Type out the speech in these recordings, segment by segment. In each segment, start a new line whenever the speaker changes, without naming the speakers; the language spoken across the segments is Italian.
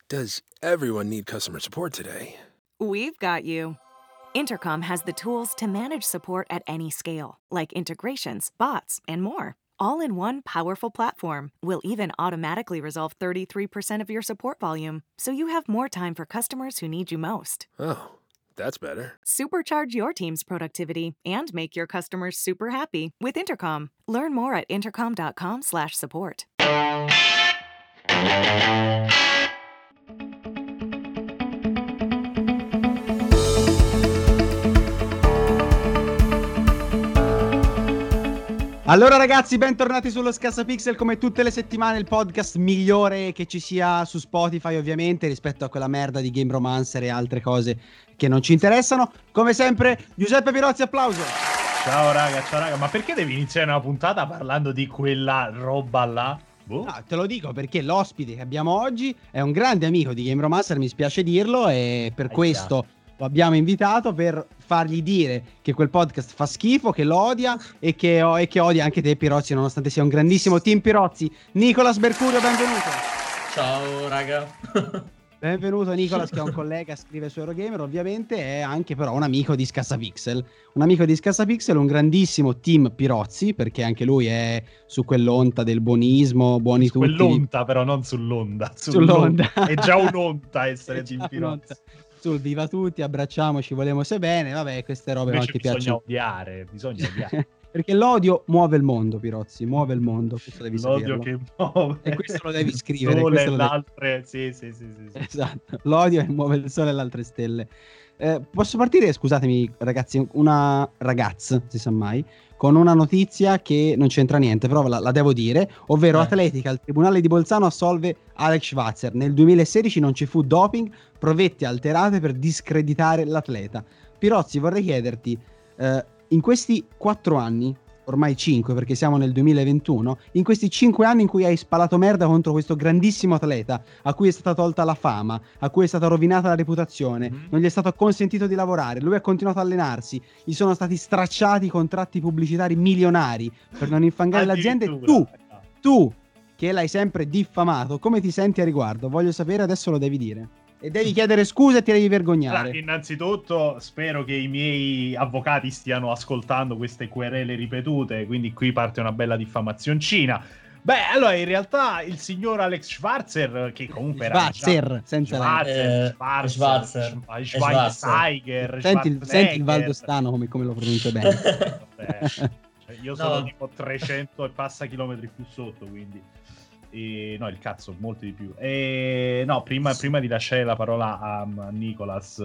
Does everyone need customer support today?
We've got you. Intercom has the tools to manage support at any scale, like integrations, bots, and more. All in one powerful platform. We'll even automatically resolve 33% of your support volume, so you have more time for customers who need you most.
Oh, that's better.
Supercharge your team's productivity and make your customers super happy with Intercom. Learn more at intercom.com/support.
Allora ragazzi, bentornati sullo Scassapixel, come tutte le settimane il podcast migliore che ci sia su Spotify, ovviamente, rispetto a quella merda di Game Romancer e altre cose che non ci interessano. Come sempre, Giuseppe Pirozzi, applauso.
Ciao raga, ma perché devi iniziare una puntata parlando di quella roba là? Boh.
No, te lo dico perché l'ospite che abbiamo oggi è un grande amico di Game Romancer, mi spiace dirlo, e per questo lo abbiamo invitato per fargli dire che quel podcast fa schifo, che lo odia e che odia anche te, Pirozzi, nonostante sia un grandissimo team Pirozzi. Nicolas Mercurio, benvenuto.
Ciao raga.
Benvenuto Nicolas, che è un collega, scrive su Eurogamer, ovviamente è anche però un amico di Scassapixel. Un amico di Scassapixel, un grandissimo team Pirozzi, perché anche lui è su quell'onta del buonismo, buoni
su
tutti.
Quell'onta però, non sull'onda.
Sull'onda.
È già un'onta essere team Pirozzi.
Sul viva tutti, abbracciamoci, volemo se bene, vabbè, queste robe
invece
anche piacciono.
Bisogna odiare.
Perché l'odio muove il mondo, Pirozzi, muove il mondo, questo devi
l'odio
saperlo.
Che muove.
E questo lo devi scrivere.
Sole e l'altre, sì.
Esatto, l'odio e muove il sole e le altre stelle. Posso partire, scusatemi ragazzi, una ragazza, si sa mai, con una notizia che non c'entra niente, però la devo dire, ovvero Atletica, il tribunale di Bolzano assolve Alex Schwarzer. Nel 2016 non ci fu doping, provette alterate per discreditare l'atleta. Pirozzi, vorrei chiederti, in questi 4 anni, ormai 5 perché siamo nel 2021, in questi 5 anni in cui hai spalato merda contro questo grandissimo atleta, a cui è stata tolta la fama, a cui è stata rovinata la reputazione, non gli è stato consentito di lavorare, lui ha continuato a allenarsi, gli sono stati stracciati contratti pubblicitari milionari per non infangare l'azienda, e tu, che l'hai sempre diffamato, come ti senti a riguardo? Voglio sapere, adesso lo devi dire. E devi chiedere scusa e ti devi vergognare.
Allora, innanzitutto spero che i miei avvocati stiano ascoltando queste querele ripetute, quindi qui parte una bella diffamazioncina. Beh, allora in realtà il signor Alex Schwarzer, che comunque era
Schwarzer.
Schweinsteiger,
senti il valdostano come lo pronuncia bene.
Io sono tipo 300 e passa chilometri più sotto, quindi no, il cazzo, molto di più. No, prima di lasciare la parola a Nicolas,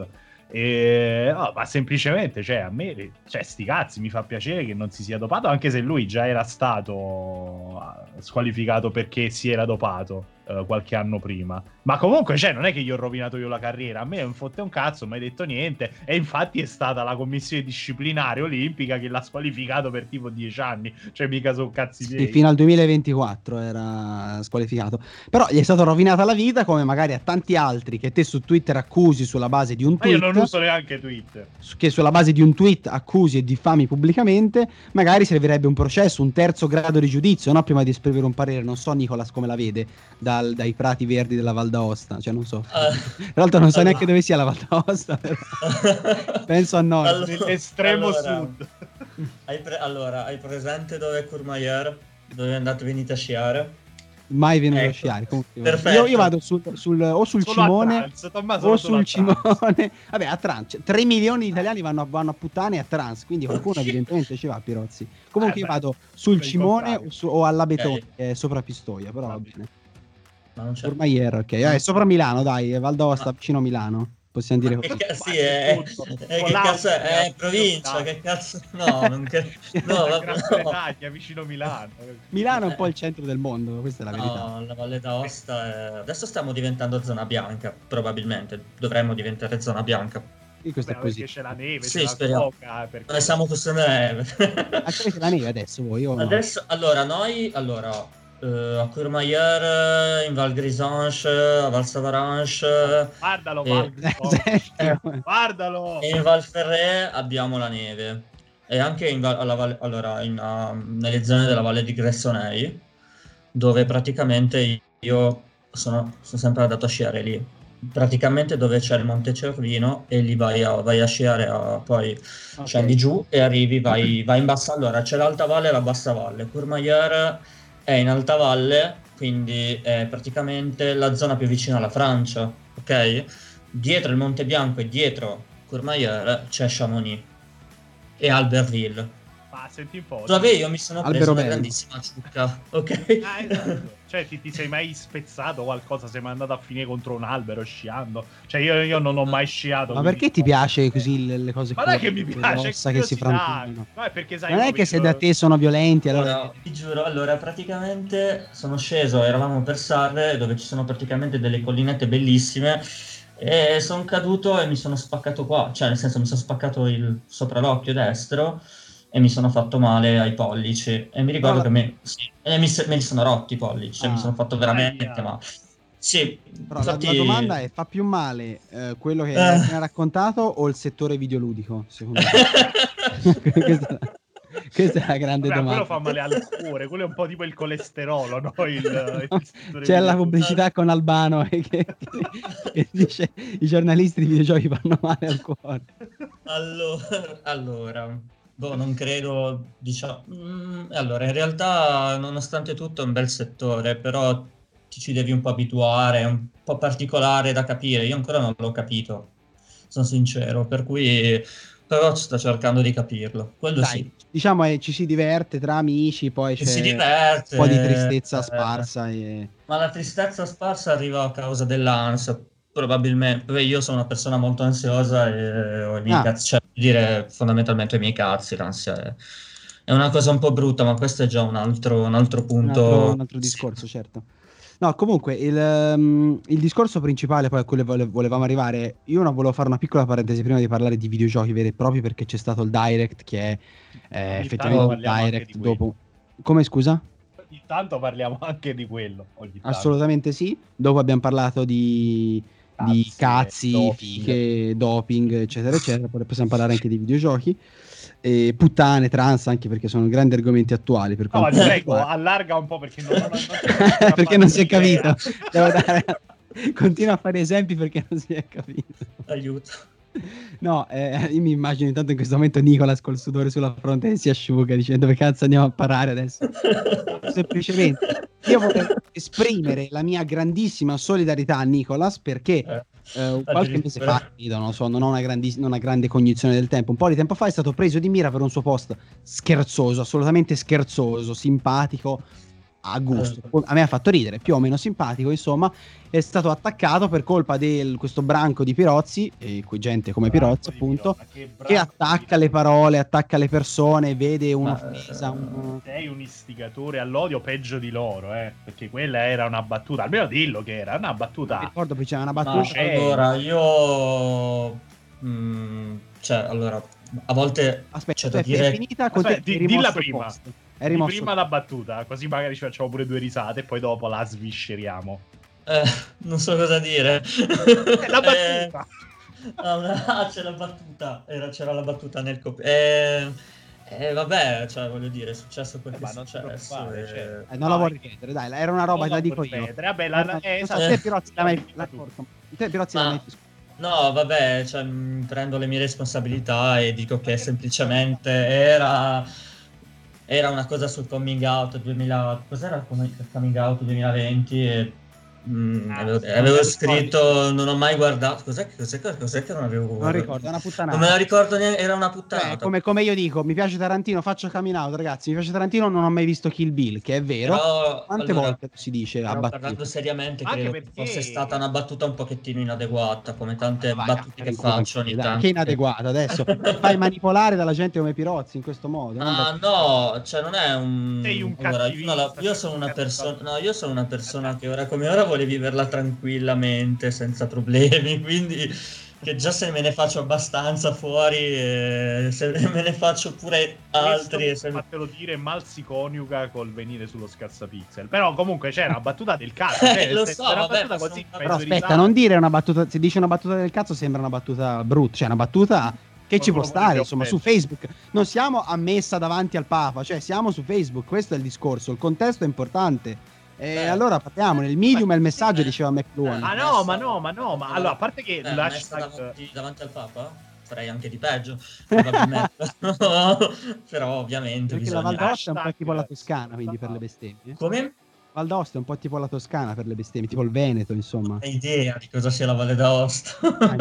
ma semplicemente, cioè, a me, cioè, sti cazzi, mi fa piacere che non si sia dopato, anche se lui già era stato squalificato perché si era dopato qualche anno prima. Ma comunque, cioè, non è che gli ho rovinato io la carriera, a me non fotte un cazzo, non mi hai detto niente, e infatti è stata la commissione disciplinare olimpica che l'ha squalificato per tipo 10 anni, cioè mica sono cazzi miei.
Sì, fino al 2024 era squalificato, però gli è stata rovinata la vita, come magari a tanti altri che te su Twitter accusi sulla base di un tweet.
Ma io non uso neanche Twitter.
Che sulla base di un tweet accusi e diffami pubblicamente, magari servirebbe un processo, un terzo grado di giudizio, no? Prima di esprimere un parere. Non so Nicolas come la vede dai prati verdi della Val d'Aosta, cioè non so. Tra l'altro non so neanche dove sia la Val d'Aosta, però. Penso a nord,
nell'estremo sud.
Hai presente dove è Courmayeur, dove venite a sciare?
Mai venuto a sciare.
Perfetto.
Io vado sul Cimone o sul Cimone. Vabbè, a Trans 3 milioni di italiani vanno a puttane a Trans, quindi qualcuno evidentemente ci va, Pirozzi. Comunque io vado sul Cimone o alla Betone, che è sopra Pistoia, però va bene.
Ma non c'è.
Ormai era, ok. È sopra Milano, dai, Val d'Aosta, vicino a Milano. Possiamo dire così.
Che cazzo è provincia, che cazzo no, non no,
Gran Bretagna, vicino Milano.
Milano è un po' il centro del mondo, questa è la verità.
No, la Valle d'Aosta adesso stiamo diventando zona bianca, probabilmente dovremmo diventare zona bianca.
E questo è così.
Perché c'è la neve,
sì,
c'è
speriamo.
la coca, perché...
Noi siamo questa neve.
C'è la neve adesso voi?
Adesso, no? A Courmayeur, in Val Grisange, a Val Savaranche,
guardalo.
E in Val Ferret abbiamo la neve, e anche nelle zone della Valle di Gressoney, dove praticamente io sono sempre andato a sciare lì, praticamente dove c'è il Monte Cervino, e lì vai a sciare, poi scendi giù e arrivi, vai in bassa. Allora c'è l'alta valle e la bassa valle. Courmayeur è in alta valle, quindi è praticamente la zona più vicina alla Francia, ok? Dietro il Monte Bianco e dietro Courmayeur c'è Chamonix e Albertville.
Ma senti un po'.
Dove io mi sono preso una
Alberobello.
grandissima ciucca, ok?
Ah, esatto. Cioè, ti sei mai spezzato qualcosa? Sei mai andato a finire contro un albero sciando? Cioè, io non ho mai sciato.
Ma
quindi
perché ti
no.
piace così le cose
Ma non è che mi piace,
ossa
è
che si
curiosità.
frantumano?
No, è perché sai,
Non è che se da te sono violenti, allora
Allora, ti giuro, allora praticamente sono sceso, eravamo per Sarre, dove ci sono praticamente delle collinette bellissime, e sono caduto e mi sono spaccato qua, cioè nel senso mi sono spaccato sopra l'occhio destro e mi sono fatto male ai pollici, e mi ricordo
Però
me li sono rotti i pollici, cioè mi sono fatto veramente
Aia.
male. Sì,
Però
infatti...
la domanda è: fa più male quello che hai appena raccontato o il settore videoludico? Secondo te? questa è la grande
Vabbè, quello
domanda.
fa male al cuore, quello è un po' tipo il colesterolo, no? Il settore
C'è la
video-
pubblicità con Albano che dice i giornalisti di videogiochi fanno male al cuore.
Allora, boh, non credo, diciamo. Allora, in realtà, nonostante tutto, è un bel settore, però ti ci devi un po' abituare, è un po' particolare da capire. Io ancora non l'ho capito, sono sincero, per cui però sto cercando di capirlo. Quello
Dai,
sì.
diciamo ci si diverte tra amici, poi
Ci si
c'è
diverte,
un po' di tristezza sparsa.
ma la tristezza sparsa arriva a causa dell'ansia, probabilmente. Poi io sono una persona molto ansiosa e ho i miei
Ah.
cazzi, cioè, dire fondamentalmente i miei cazzi, l'ansia è una cosa un po' brutta, ma questo è già un altro punto.
Un altro discorso, certo. No, comunque il discorso principale poi a cui volevamo arrivare, io volevo fare una piccola parentesi prima di parlare di videogiochi veri e propri, perché c'è stato il Direct che è
Ogni
effettivamente
tanto
un
parliamo anche
Direct
di quello.
dopo... Come scusa?
Ogni tanto parliamo anche di quello. Ogni tanto.
Assolutamente sì. Dopo abbiamo parlato di cazzi,
doping.
fiche, doping, eccetera, eccetera. Poi possiamo parlare anche di videogiochi. E puttane, trans, anche perché sono grandi argomenti attuali. Per
No, ma ti
quanto
prego,
riguarda-
allarga un po' perché non
perché non si è
idea.
capito. Devo dare... Continua a fare esempi perché non si è capito.
Aiuto.
No, io mi immagino intanto in questo momento Nicolas col sudore sulla fronte che si asciuga dicendo dove cazzo andiamo a parare adesso. Semplicemente io volevo esprimere la mia grandissima solidarietà a Nicolas perché qualche mese fa, non ho una grande cognizione del tempo, un po' di tempo fa è stato preso di mira per un suo post scherzoso, assolutamente scherzoso, simpatico, a gusto. A me ha fatto ridere, più o meno simpatico, insomma. È stato attaccato per colpa di questo branco di Pirozzi, e gente come Pirozzi appunto, che attacca le parole, attacca le persone, vede un'offesa.
Sei un istigatore all'odio peggio di loro, perché quella era una battuta, almeno dillo che era una battuta.
Mi ricordo che c'era una battuta.
Allora, io... cioè, allora, a volte...
Aspetta,
c'è da dire...
è finita,
dilla prima.
È rimosso.
Prima la battuta, così magari ci facciamo pure due risate e poi dopo la svisceriamo.
non so cosa dire.
La battuta.
C'è la battuta. C'era la battuta nel vabbè, cioè voglio dire, è successo quel che è successo.
Non la vuoi ripetere, dai, era una roba, la dico io.
Vabbè, esatto.
Te Pirozzi l'hai mai
No, vabbè, cioè, prendo le mie responsabilità e dico che semplicemente era una cosa sul coming out 2000, cos'era il coming out 2020 e avevo scritto, non ho mai guardato, cos'è che non avevo guardato?
Non ricordo, è una puttanata.
Non me la ricordo neanche, era una puttanata.
Come io dico, mi piace Tarantino, faccio coming out, ragazzi, mi piace Tarantino, non ho mai visto Kill Bill, che è vero.
Però,
Quante volte si dice a
parlando seriamente,
anche
credo
perché
che fosse stata una battuta un pochettino inadeguata, come tante battute che faccio ogni tanto.
Che inadeguata, adesso fai manipolare dalla gente come Pirozzi in questo modo.
No, cioè non è un...
Sei un
allora,
cattivista,
io sono una persona che ora come ora vuole viverla tranquillamente, senza problemi, quindi che già se me ne faccio abbastanza fuori, se me ne faccio pure altri.
Fatelo dire, mal si coniuga col venire sullo scassapixel. Però comunque c'era una battuta del cazzo.
Lo so, vabbè, così,
però aspetta, non dire una battuta, se dici una battuta del cazzo sembra una battuta brutta, cioè una battuta che ci può stare, insomma, su Facebook. Non siamo a messa davanti al Papa, cioè siamo su Facebook, questo è il discorso, il contesto è importante. Allora parliamo, nel medium e il messaggio diceva McLuhan.
Ma allora, a parte che
davanti al Papa farei anche di peggio, probabilmente. Però ovviamente
perché la
bisogna...
Val d'Aosta è un po' tipo la Toscana, quindi per le bestemmie.
Come?
Val d'Aosta è un po' tipo la Toscana per le bestemmie, tipo il Veneto, insomma.
Hai idea di cosa sia la Valle d'Aosta?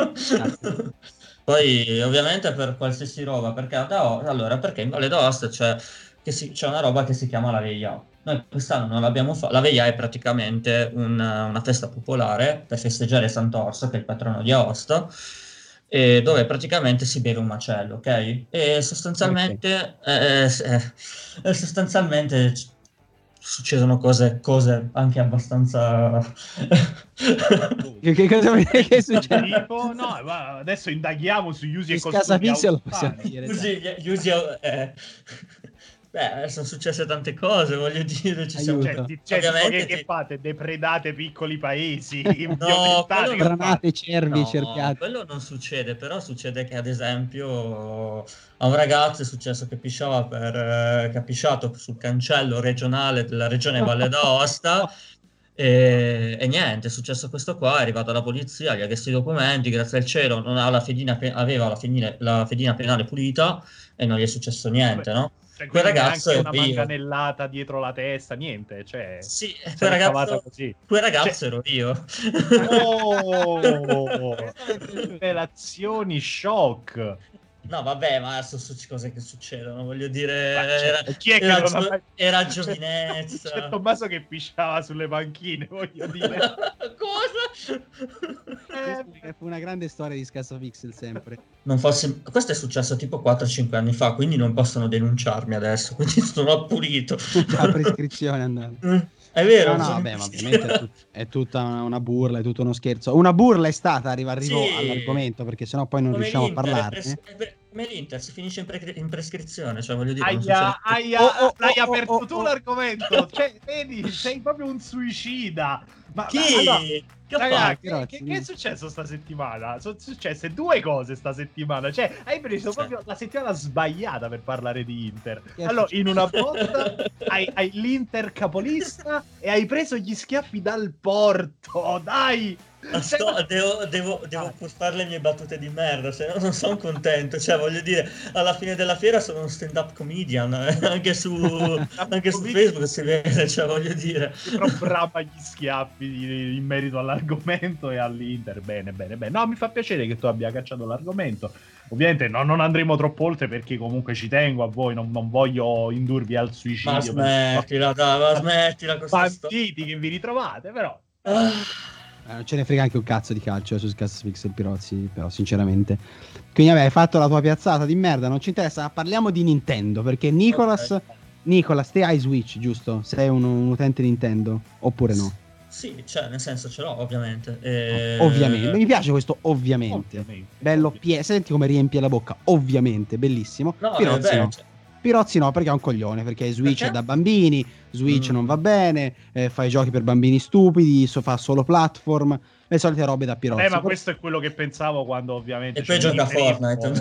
Poi ovviamente per qualsiasi roba, perché allora, perché in Valle d'Aosta c'è una roba che si chiama la Veglià. Noi quest'anno non l'abbiamo fatta. La Veglià è praticamente una festa popolare per festeggiare Sant'Orso, che è il patrono di Aosta, e dove praticamente si beve un macello, ok? E sostanzialmente, sostanzialmente succedono cose anche abbastanza...
Che cosa vuol dire che succede?
Tipo, no, adesso indaghiamo su usi e costumi
Casapixel lo possiamo
australi.
dire.
Beh, sono successe tante cose, voglio dire, ci siamo...
Ovviamente che fate? Depredate piccoli paesi
No,
granate, cervi,
no,
cerchiate.
quello non succede, però succede che ad esempio a un ragazzo è successo che pisciava che ha pisciato sul cancello regionale della regione Valle d'Aosta. E niente, è successo questo qua, è arrivata la polizia, gli ha chiesto i documenti, grazie al cielo non ha aveva la fedina penale pulita e non gli è successo niente, no?
Cioè,
Quel ragazzo
neanche una manganellata dietro la testa, niente, cioè...
Sì, quel ragazzo ero io.
Oh! Rivelazioni shock!
No, vabbè, ma sono cose che succedono, voglio dire,
chi è che
era giovinezza.
C'è Tommaso che pisciava sulle panchine, voglio dire.
Cosa?
Fu una grande storia di Scasapixel sempre.
Questo è successo tipo 4-5 anni fa, quindi non possono denunciarmi adesso, quindi sono pulito.
La prescrizione andata.
È vero?
No, vabbè, ma ovviamente è tutta una burla, è tutto uno scherzo. Una burla è stata, arrivo all'argomento, perché sennò poi non riusciamo a parlarne.
Come l'Inter si finisce in prescrizione, cioè voglio dire...
L'hai aperto tu l'argomento, cioè, vedi, sei proprio un suicida. Ma
chi?
Allora,
Che
che è successo sta settimana? Sono successe due cose sta settimana. Cioè, hai preso proprio la settimana sbagliata per parlare di Inter. Allora, in una volta hai l'Inter capolista e hai preso gli schiaffi dal Porto. Dai!
Devo pur fare le mie battute di merda, se no non sono contento. Cioè, voglio dire, alla fine della fiera sono un stand-up comedian, anche su Facebook si vede, cioè, voglio dire.
Però brava gli schiaffi in merito all'argomento e all'Inter. Bene. No, mi fa piacere che tu abbia cacciato l'argomento. Ovviamente non andremo troppo oltre perché comunque ci tengo a voi, non voglio indurvi al suicidio.
Ma smettila con
banditi che vi ritrovate, però...
Non ce ne frega anche un cazzo di calcio su Scasapixel Pirozzi, però sinceramente. Quindi vabbè, hai fatto la tua piazzata di merda, non ci interessa, parliamo di Nintendo, perché Nicolas, te hai Switch, giusto? Sei un utente Nintendo, oppure no?
Sì, cioè, nel senso ce l'ho, ovviamente.
Ovviamente, mi piace questo ovviamente. Bello, senti come riempie la bocca, ovviamente, bellissimo.
No,
Pirozzi no. Pirozzi no, perché è un coglione, perché Switch è da bambini, Switch non va bene, fa i giochi per bambini stupidi, fa solo platform, le solite robe da Pirozzi.
Ma questo è quello che pensavo quando ovviamente...
E poi gioca a Fortnite.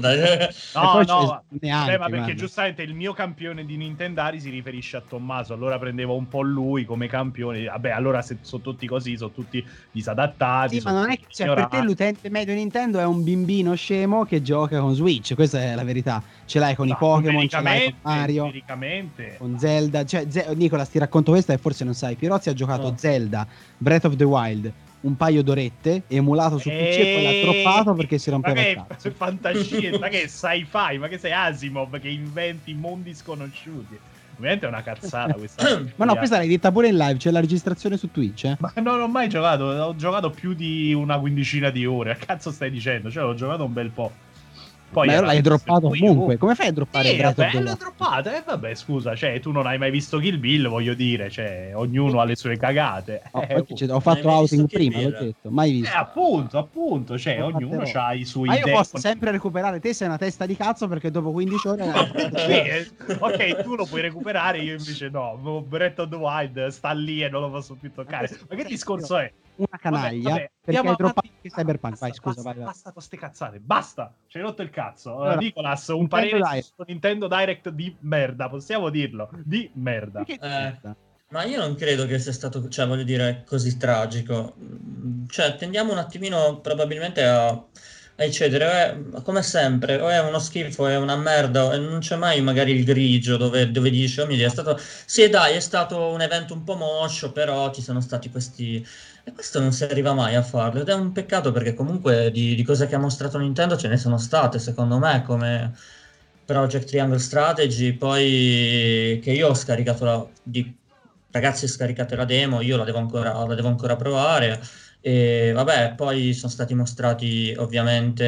No,
neanche,
ma perché giustamente il mio campione di Nintendari si riferisce a Tommaso, allora prendevo un po' lui come campione. Vabbè, allora se sono tutti così, sono tutti disadattati.
Sì, ma non è che per te l'utente medio Nintendo è un bimbino scemo che gioca con Switch, questa è la verità. Ce l'hai con i Pokémon, ce l'hai con Mario, con Zelda. Cioè, Nicolas, ti racconto questa e forse non sai. Pirozzi ha giocato Zelda, Breath of the Wild un paio d'orette, emulato su PC e poi l'ha droppato perché si rompeva il cazzo.
Ma che fantascienza, che sci-fi, ma che sei Asimov che inventi mondi sconosciuti. Ovviamente è una cazzata questa.
Ma no, questa l'hai detta pure in live, c'è la registrazione su Twitch,
Ma non ho mai giocato, ho giocato più di una quindicina di ore. Che cazzo stai dicendo? Cioè, l'ho giocato un bel po'. Poi
ma l'hai droppato comunque. Come fai a droppare Breath of the Wild?
L'ho droppato, vabbè, scusa, cioè, tu non hai mai visto Kill Bill, voglio dire, cioè, ognuno ha le sue cagate.
Ho fatto outing prima, l'ho detto, mai visto.
Appunto, cioè, ognuno ha i suoi idee.
Ma io posso sempre recuperare, te sei una testa di cazzo perché dopo 15 ore...
Ok, tu lo puoi recuperare, io invece no. Breath of the Wild sta lì e non lo posso più toccare. Ma che discorso è?
Una canaglia, perché hai droppato anche Cyberpunk. Vai, scusa, vai.
Basta con ste cazzate, basta, ci hai rotto il cazzo. Nicolas, un parere su Nintendo Direct di merda, possiamo dirlo, di merda.
Ma io non credo che sia stato, cioè voglio dire, così tragico. Cioè, tendiamo un attimino probabilmente a eccedere. Come sempre, o è uno schifo, è una merda, e non c'è mai magari il grigio dove dici, oh mio Dio, è stato... Sì, dai, è stato un evento un po' moscio, però ci sono stati questi... E questo non si arriva mai a farlo, ed è un peccato perché comunque di cose che ha mostrato Nintendo ce ne sono state, secondo me, come Project Triangle Strategy, poi che io ho scaricato ragazzi, scaricate la demo, io la devo ancora provare. E vabbè, poi sono stati mostrati ovviamente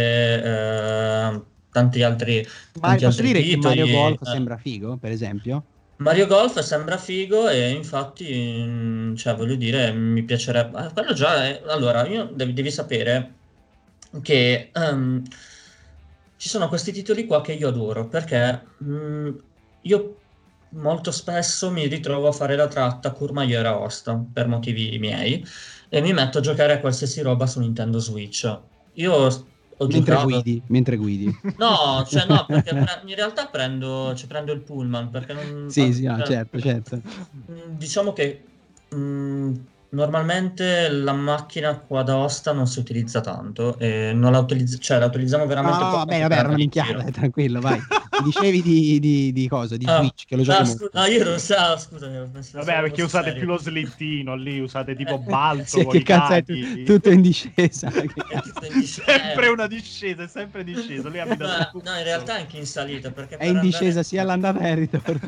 tanti
Posso
altri
dire che Mario
titoli.
Golf sembra figo, per esempio?
Mario Golf sembra figo e infatti, cioè, voglio dire, mi piacerebbe... quello già è... Allora, devi sapere che ci sono questi titoli qua che io adoro, perché io molto spesso mi ritrovo a fare la tratta Courmayeur a Aosta, per motivi miei, e mi metto a giocare a qualsiasi roba su Nintendo Switch. Io ho giocato...
Mentre guidi.
No, cioè no, perché in realtà prendo il pullman, perché non...
Sì, sì, no,
cioè,
certo.
diciamo che normalmente la macchina qua ad Aosta non si utilizza tanto, e non la cioè la utilizziamo veramente
No,
poco.
vabbè, era una minchiata, tranquillo, vai. Mi dicevi di cosa? Di Switch, che lo giochi molto.
No, io non so, scusami, ho messo
Vabbè, perché usate
serio.
più lo slittino lì, usate tipo balzo
Sì,
con
che
i
cazzo è
dadi.
tutto in discesa.
Sempre una discesa, è sempre disceso. Lei abita
No, in realtà anche in salita, perché
È in discesa sia all'andata che al ritorno.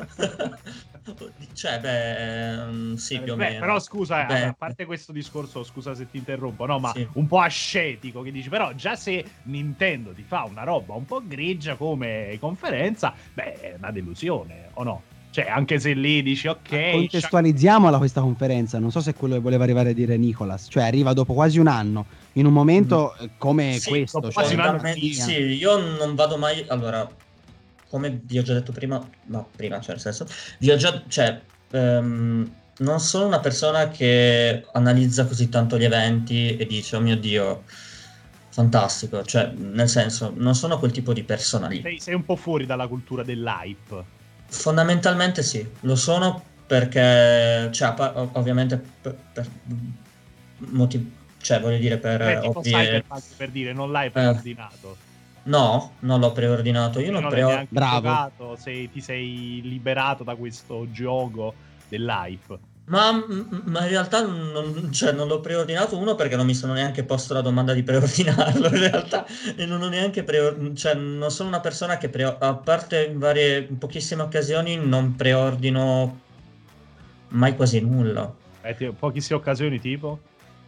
Cioè, beh, sì, più o meno.
Però scusa,
Beh,
a parte questo discorso, scusa se ti interrompo, no, ma
sì.
un po' ascetico che dici, però già se Nintendo ti fa una roba un po' grigia come conferenza, beh, è una delusione, o no? Cioè, anche se lì dici, ok...
Contestualizziamola questa conferenza, non so se è quello che voleva arrivare a dire Nicolas, cioè arriva dopo quasi un anno, in un momento come
sì,
questo.
dopo
Cioè,
quasi un anno
sì, io non vado mai... Allora, come vi ho già detto prima, no, prima, cioè nel senso, vi ho già... Cioè, non sono una persona che analizza così tanto gli eventi e dice, oh mio Dio, fantastico, cioè, nel senso, non sono quel tipo di persona lì.
Sei un po' fuori dalla cultura dell'hype.
Fondamentalmente sì, lo sono perché, cioè, ovviamente per motivi, cioè voglio dire per
Tipo
ovvie...
Cyberpunk, per dire, non l'hai preordinato.
No, non l'ho preordinato, io
Non
non
l'hai neanche
Bravo.
giocato, ti sei liberato da questo gioco dell'hype.
Ma in realtà cioè, non l'ho preordinato, uno perché non mi sono neanche posto la domanda di preordinarlo in realtà, e non ho neanche cioè non sono una persona che a parte in pochissime occasioni non preordino mai quasi nulla.
Pochissime occasioni tipo?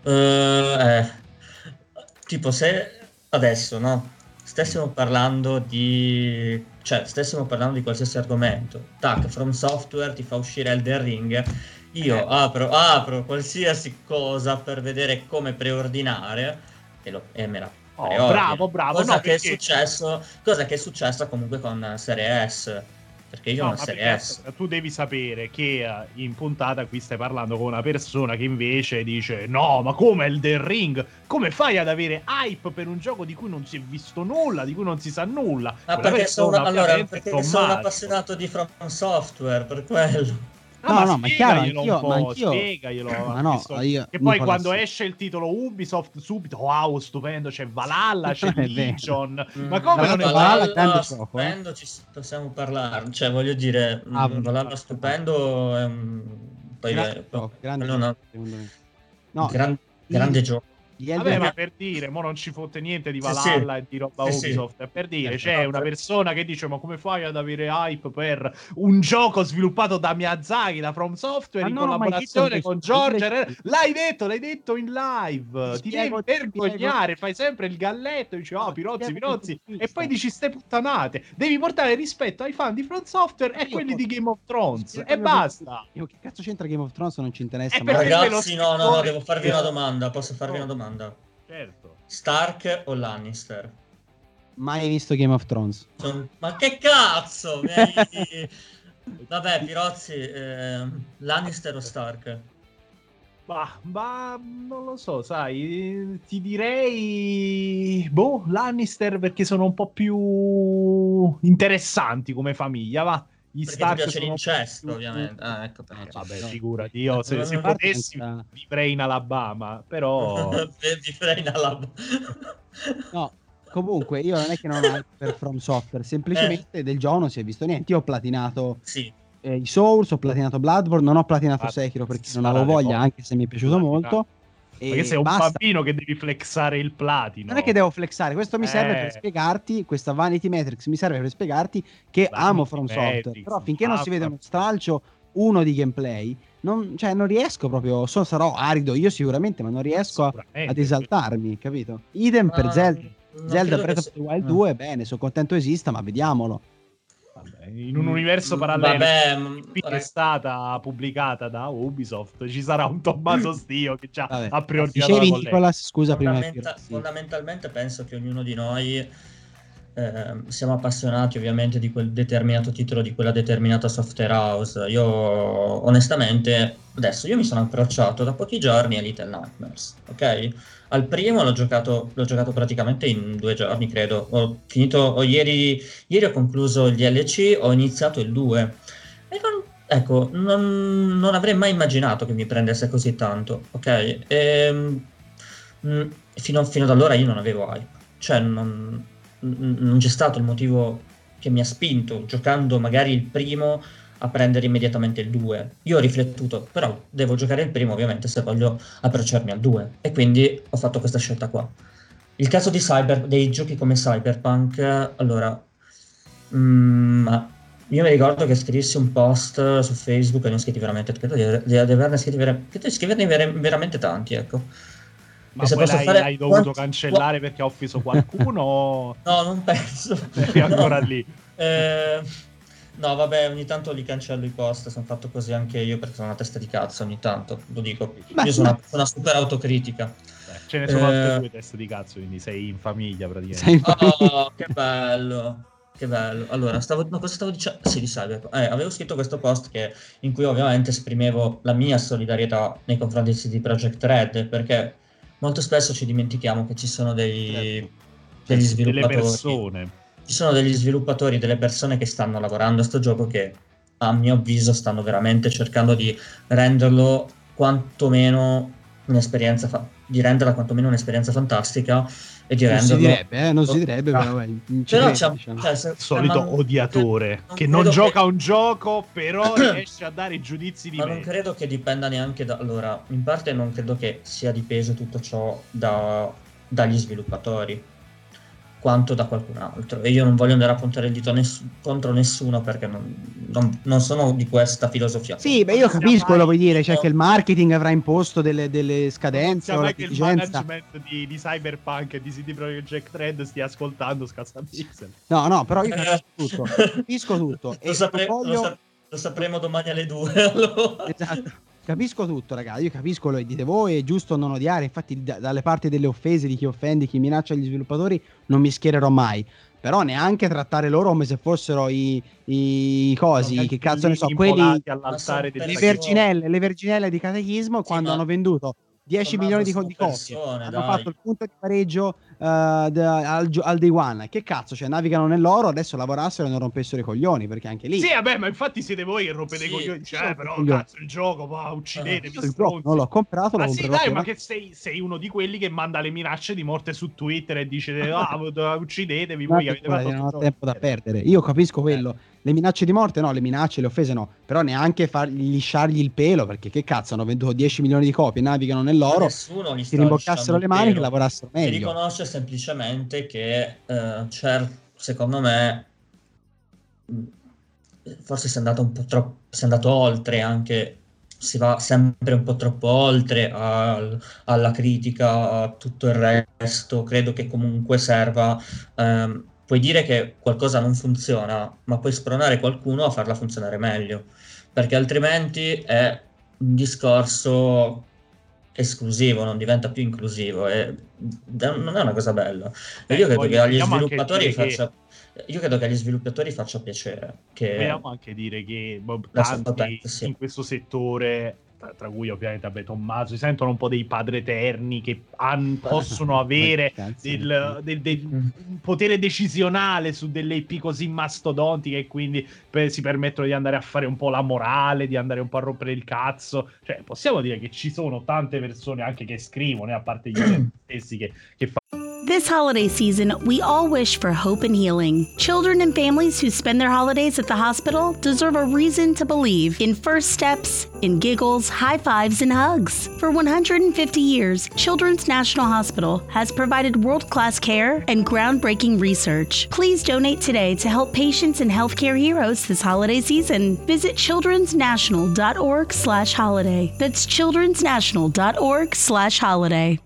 Tipo se adesso, no? Stessimo parlando di qualsiasi argomento, tac, From Software ti fa uscire Elden Ring, io apro qualsiasi cosa per vedere come preordinare e me la preordino.
Bravo,
Cosa
no,
che
perché...
cosa che è successa comunque con Serie S, perché io ho
No,
una
ma
Serie
perché,
S.
aspetta, tu devi sapere che in puntata qui stai parlando con una persona che invece dice no, ma come Elden Ring? Come fai ad avere hype per un gioco di cui non si è visto nulla, di cui non si sa nulla?
Ma
Quella
perché
persona ovviamente è
perché sono un
Tommaso.
appassionato di From Software, per quello.
No, ma è chiaro,
spiegaglielo un po',
anch'io.
spiegaglielo.
Ma no, io,
Che poi
Nicolas,
quando esce il titolo Ubisoft, subito, wow, stupendo, c'è Valhalla, c'è
Non è vero.
Legion. Ma come non è
Valhalla,
vero?
grande gioco,
Stupendo, ci possiamo parlare. Cioè, voglio dire, Valhalla stupendo è poi
grande gioco,
quello
secondo me. No,
grande gioco.
gli
Vabbè,
Elden
ma
Ring-
per dire, mo non ci fotte niente di
Sì,
Valhalla e di roba
sì,
Ubisoft. È per dire,
Certo.
c'è una persona che dice: ma come fai ad avere hype per un gioco sviluppato da Miyazaki, da From Software,
Ma
in
non ho mai
collaborazione
detto
con
questo,
George
io
R. L'hai detto in live. Ti devi vergognare, fai sempre il galletto, dici: oh, Pirozzi, e poi dici ste puttanate. Devi portare rispetto ai fan di From Software e quelli di Game of Thrones. E basta.
Che cazzo c'entra Game of Thrones? Non ci interessa.
È
Ma
perché
Ragazzi,
quello
no,
scrittore
devo farvi una domanda. Posso farvi una domanda?
Certo.
Stark o Lannister?
mai visto Game of Thrones.
Ma che cazzo? Vabbè, Pirozzi, Lannister o Stark?
Ma non lo so, sai, ti direi Lannister perché sono un po' più interessanti come famiglia, va. Gli
Perché ti
Stark
piace
sono
l'incesto, ovviamente. Ecco perché.
Vabbè,
No.
figurati, io se
Parte
potessi
senza-
vivrei in Alabama, però
Vivrei in Alabama.
No, comunque io non è che non ho hype per From Software, semplicemente del gioco non si è visto niente. Io ho platinato
Sì.
i Souls, ho platinato Bloodborne, non ho platinato
Ah,
Sekiro perché non
sparate
avevo voglia,
poco.
anche se mi è piaciuto molto.
Perché sei un bambino che devi flexare il platino.
Non è che devo flexare, questo mi serve per
Eh.
spiegarti, questa Vanity Matrix mi serve per spiegarti che
Vanity
amo From Software,
Matrix,
però finché non si vede
mamma
uno stralcio uno di gameplay, non riesco proprio, sarò arido io sicuramente, ma non riesco
Sicuramente.
ad esaltarmi, capito? Idem per Zelda.
non
Zelda
credo
Breath
che
of the Wild 2, bene, sono contento esista, ma vediamolo.
Vabbè, in un universo parallelo
Vabbè,
che è stata pubblicata da Ubisoft, ci sarà un Tommaso Stio che già
Vabbè.
ha preordinato la
Dicevi
colletta.
Nicolas, scusa prima che
fondamentalmente penso che ognuno di noi siamo appassionati ovviamente di quel determinato titolo, di quella determinata software house. Io onestamente adesso io mi sono approcciato da pochi giorni a Little Nightmares, ok? Al primo l'ho giocato praticamente in 2 giorni, credo. Ieri ho concluso il DLC, ho iniziato il 2 e non avrei mai immaginato che mi prendesse così tanto, ok? Fino ad allora io non avevo hype, cioè non c'è stato il motivo che mi ha spinto, giocando magari il primo, a prendere immediatamente il 2. Io ho riflettuto, però devo giocare il primo ovviamente se voglio approcciarmi al 2, e quindi ho fatto questa scelta qua. Il caso dei giochi come Cyberpunk, allora, io mi ricordo che scrissi un post su Facebook e ne ho scritti veramente, credo di averne scriverne veramente tanti, ecco.
Ma
E se
poi
posso
l'hai dovuto
quanti-
cancellare perché ha offeso qualcuno?
No, non penso.
Eri ancora lì.
No, vabbè, ogni tanto li cancello i post, sono fatto così anche io perché sono una testa di cazzo, ogni tanto, lo dico. Io sono una persona super autocritica.
Ce ne sono altre 2 teste di cazzo, quindi sei in famiglia praticamente.
sei in famiglia.
Oh, che bello. Che bello. Allora, cosa stavo dicendo? Sì, di Cyberpunk. Avevo scritto questo post in cui ovviamente esprimevo la mia solidarietà nei confronti di CD Projekt Red, perché molto spesso ci dimentichiamo che ci sono degli
Delle
sviluppatori.
persone.
Ci sono degli sviluppatori, delle persone che stanno lavorando a sto gioco che, a mio avviso, stanno veramente cercando di renderlo quantomeno di renderla quantomeno un'esperienza fantastica e di
Non si
renderlo...
direbbe, non si direbbe, però
Però
diciamo.
Solito odiatore che non
credo
gioca un gioco, però riesce a dare giudizi di
Ma
me.
non credo che dipenda neanche da... Allora, in parte non credo che sia dipeso tutto ciò dagli sviluppatori, quanto da qualcun altro. E io non voglio andare a puntare il dito contro nessuno perché non sono di questa filosofia.
Sì, beh, io capisco quello vuoi dire, cioè che il marketing avrà imposto delle scadenze o la
che il
dirigenza.
management di Cyberpunk e di CD Projekt Red stia ascoltando Scazzapixel.
No, però io capisco tutto.
Lo sapremo domani alle 2. Allora.
Esatto. Capisco tutto, ragazzi. Io capisco quello che dite voi. È giusto non odiare. Infatti, dalle parti delle offese, di chi offende, chi minaccia gli sviluppatori, non mi schiererò mai. Però neanche trattare loro come se fossero i cosi, che cazzo ne so, quelli,
all'altare
le verginelle di catechismo, quando hanno venduto 10 milioni di copie, hanno fatto il punto di pareggio al day one. Che cazzo, cioè navigano nell'oro, adesso lavorassero e non rompessero i coglioni, perché anche lì...
Sì, vabbè, ma infatti siete voi che rompete i coglioni. Cioè, però, cazzo, il gioco, uccidetevi, stronzi.
Non l'ho comprato,
ma sì, dai, ma che sei uno di quelli che manda le minacce di morte su Twitter e dice, uccidetevi, voi avete fatto
non ho tempo da perdere. Io capisco quello. Le minacce di morte no, le minacce, le offese no, però neanche lisciargli il pelo, perché che cazzo, hanno venduto 10 milioni di copie, navigano nell'oro, si rimboccassero le mani che lavorassero meglio.
Si riconosce semplicemente che secondo me forse si è andato un po' troppo, si è andato oltre, anche si va sempre un po' troppo oltre alla critica, a tutto il resto. Credo che comunque serva, puoi dire che qualcosa non funziona, ma puoi spronare qualcuno a farla funzionare meglio, perché altrimenti è un discorso esclusivo, non diventa più inclusivo e non è una cosa bella. E io credo che agli sviluppatori faccia piacere che
vogliamo anche dire che tanti in questo settore tra cui ovviamente Tommaso, si sentono un po' dei padri eterni che possono avere del potere decisionale su delle IP così mastodontiche, e quindi si permettono di andare a fare un po' la morale, di andare un po' a rompere il cazzo. Cioè, possiamo dire che ci sono tante persone anche che scrivono, a parte gli utenti stessi che fanno.
This holiday season, we all wish for hope and healing. Children and families who spend their holidays at the hospital deserve a reason to believe in first steps, in giggles, high fives, and hugs. For 150 years, Children's National Hospital has provided world-class care and groundbreaking research. Please donate today to help patients and healthcare heroes this holiday season. Visit childrensnational.org/holiday. That's childrensnational.org/holiday.